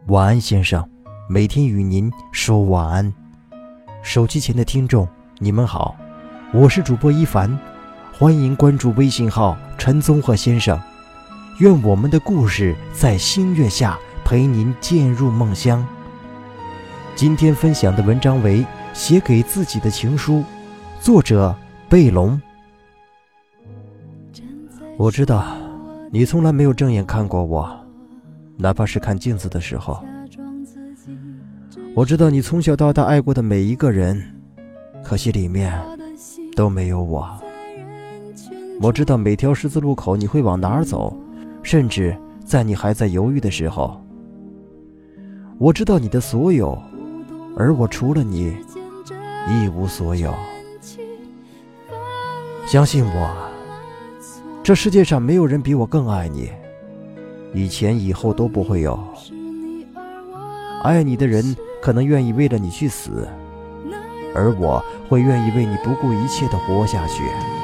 晚安先生，每天与您说晚安。手机前的听众你们好，我是主播一凡，欢迎关注微信号陈宗鹤先生。愿我们的故事在星月下陪您渐入梦乡。今天分享的文章为写给自己的情书，作者贝龙。我知道你从来没有正眼看过我，哪怕是看镜子的时候。我知道你从小到大爱过的每一个人，可惜里面都没有我。我知道每条十字路口你会往哪儿走，甚至在你还在犹豫的时候。我知道你的所有，而我除了你一无所有。相信我，这世界上没有人比我更爱你，以前以后都不会有。爱你的人可能愿意为了你去死，而我会愿意为你不顾一切地活下去。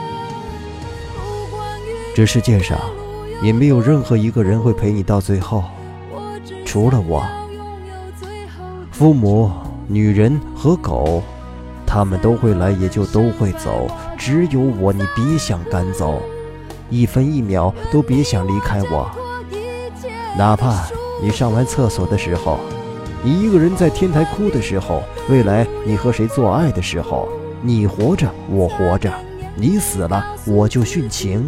这世界上也没有任何一个人会陪你到最后，除了我。父母、女人和狗，他们都会来也就都会走，只有我你别想赶走，一分一秒都别想离开我。哪怕你上完厕所的时候，你一个人在天台哭的时候，未来你和谁做爱的时候，你活着我活着，你死了我就殉情。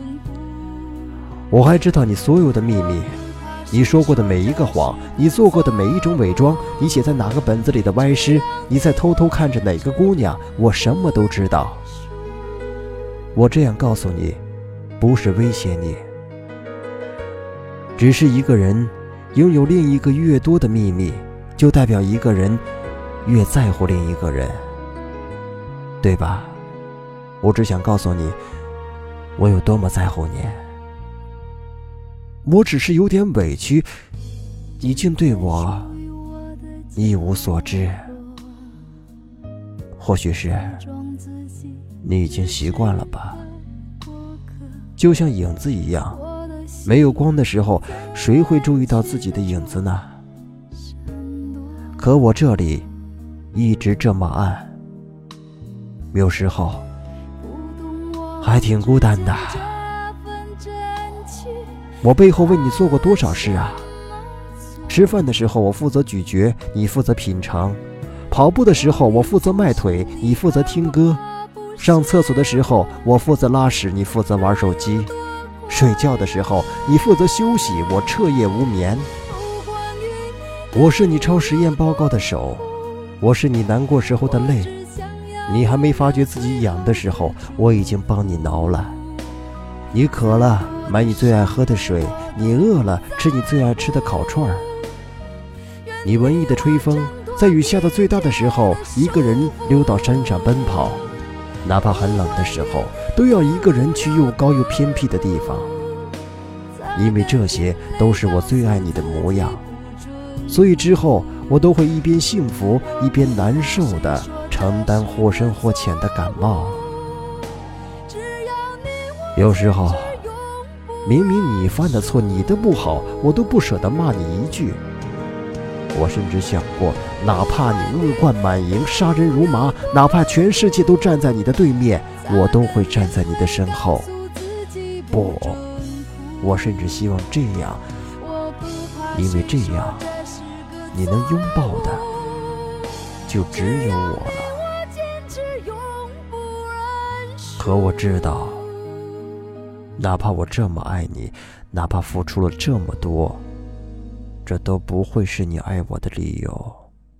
我还知道你所有的秘密，你说过的每一个谎，你做过的每一种伪装，你写在哪个本子里的歪诗，你在偷偷看着哪个姑娘，我什么都知道。我这样告诉你，不是威胁你，只是一个人拥有另一个越多的秘密，就代表一个人越在乎另一个人，对吧？我只想告诉你，我有多么在乎你。我只是有点委屈，你竟对我一无所知。或许是你已经习惯了吧，就像影子一样，没有光的时候，谁会注意到自己的影子呢？可我这里一直这么暗，有时候还挺孤单的。我背后为你做过多少事啊？吃饭的时候我负责咀嚼，你负责品尝；跑步的时候我负责迈腿，你负责听歌；上厕所的时候我负责拉屎，你负责玩手机；睡觉的时候你负责休息，我彻夜无眠。我是你抄实验报告的手，我是你难过时候的泪，你还没发觉自己痒的时候，我已经帮你挠了。你渴了买你最爱喝的水，你饿了吃你最爱吃的烤串儿。你文艺的吹风，在雨下的最大的时候，一个人溜到山上奔跑，哪怕很冷的时候，都要一个人去又高又偏僻的地方。因为这些都是我最爱你的模样，所以之后我都会一边幸福一边难受地承担或深或浅的感冒。有时候明明你犯的错，你的不好，我都不舍得骂你一句。我甚至想过，哪怕你恶贯满盈，杀人如麻，哪怕全世界都站在你的对面，我都会站在你的身后。不，我甚至希望这样，因为这样你能拥抱的就只有我了。可我知道，哪怕我这么爱你，哪怕付出了这么多，这都不会是你爱我的理由。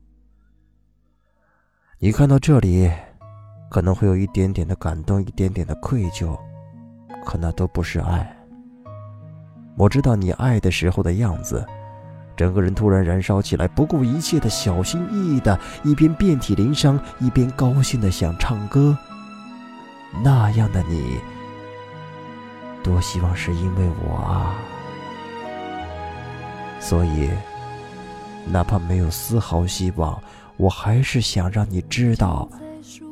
你看到这里，可能会有一点点的感动，一点点的愧疚，可那都不是爱。我知道你爱的时候的样子，整个人突然燃烧起来，不顾一切的小心翼翼的，一边遍体鳞伤，一边高兴的想唱歌。那样的你，多希望是因为我啊！所以哪怕没有丝毫希望，我还是想让你知道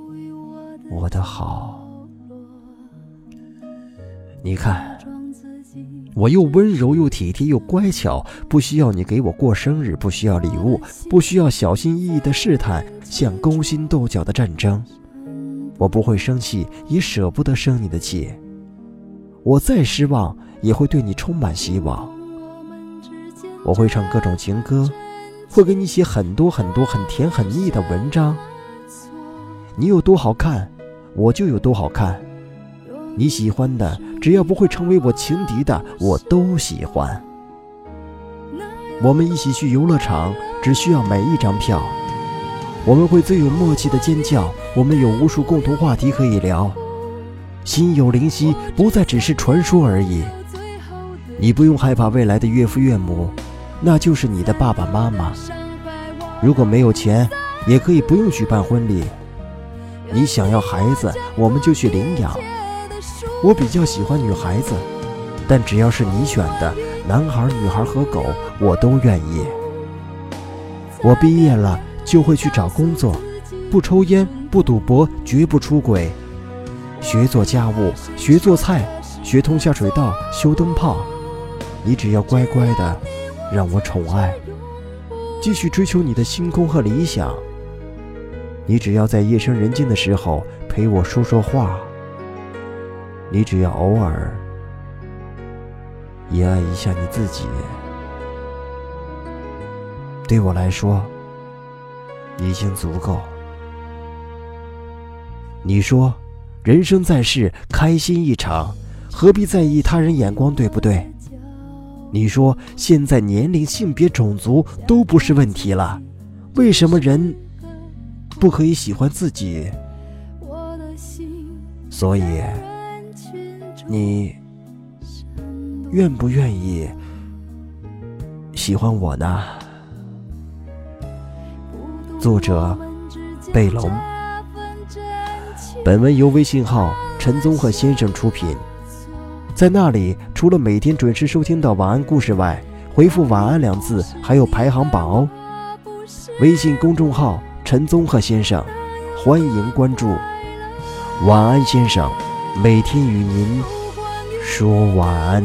我的好。你看， 我又温柔又体贴又乖巧，不需要你给我过生日，不需要礼物，不需要小心翼翼的试探，像勾心斗角的战争。我不会生气，也舍不得生你的气。我再失望，也会对你充满希望。我会唱各种情歌，会给你写很多很多很甜很腻的文章。你有多好看，我就有多好看。你喜欢的，只要不会成为我情敌的，我都喜欢。我们一起去游乐场，只需要买一张票。我们会最有默契的尖叫，我们有无数共同话题可以聊。心有灵犀，不再只是传说而已。你不用害怕未来的岳父岳母，那就是你的爸爸妈妈。如果没有钱，也可以不用举办婚礼。你想要孩子，我们就去领养。我比较喜欢女孩子，但只要是你选的，男孩、女孩和狗，我都愿意。我毕业了就会去找工作，不抽烟，不赌博，绝不出轨。学做家务，学做菜，学通下水道，修灯泡。你只要乖乖的让我宠爱，继续追求你的星空和理想。你只要在夜深人静的时候陪我说说话，你只要偶尔也爱一下你自己。对我来说已经足够。你说人生在世，开心一场，何必在意他人眼光，对不对？你说现在年龄、性别、种族都不是问题了，为什么人不可以喜欢自己？所以你愿不愿意喜欢我呢？作者贝龙。本文由微信号陈宗鹤先生出品。在那里，除了每天准时收听到晚安故事外，回复晚安2字还有排行榜哦。微信公众号陈宗鹤先生，欢迎关注。晚安先生，每天与您说晚安。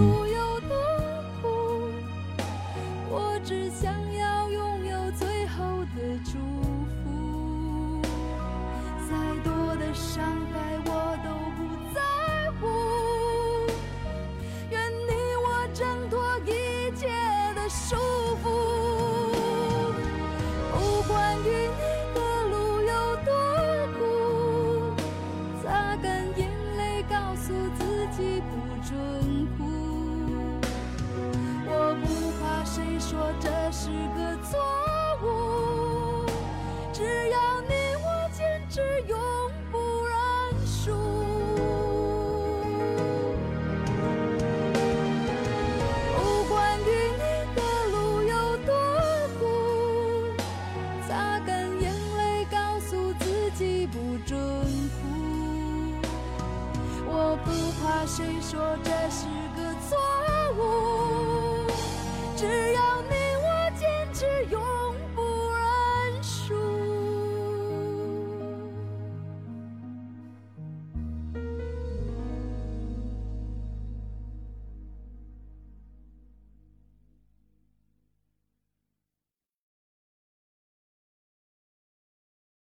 我只想要拥有最后的祝福，再多的伤害我都不在乎，愿你我挣脱一切的束缚。不管与你的路有多苦，擦干眼泪，告诉自己不准哭。我不怕谁说这是个错误，只要你我坚持，永不认输。不管与你的路有多苦，擦干眼泪，告诉自己不准哭。我不怕谁说这是个错误，只要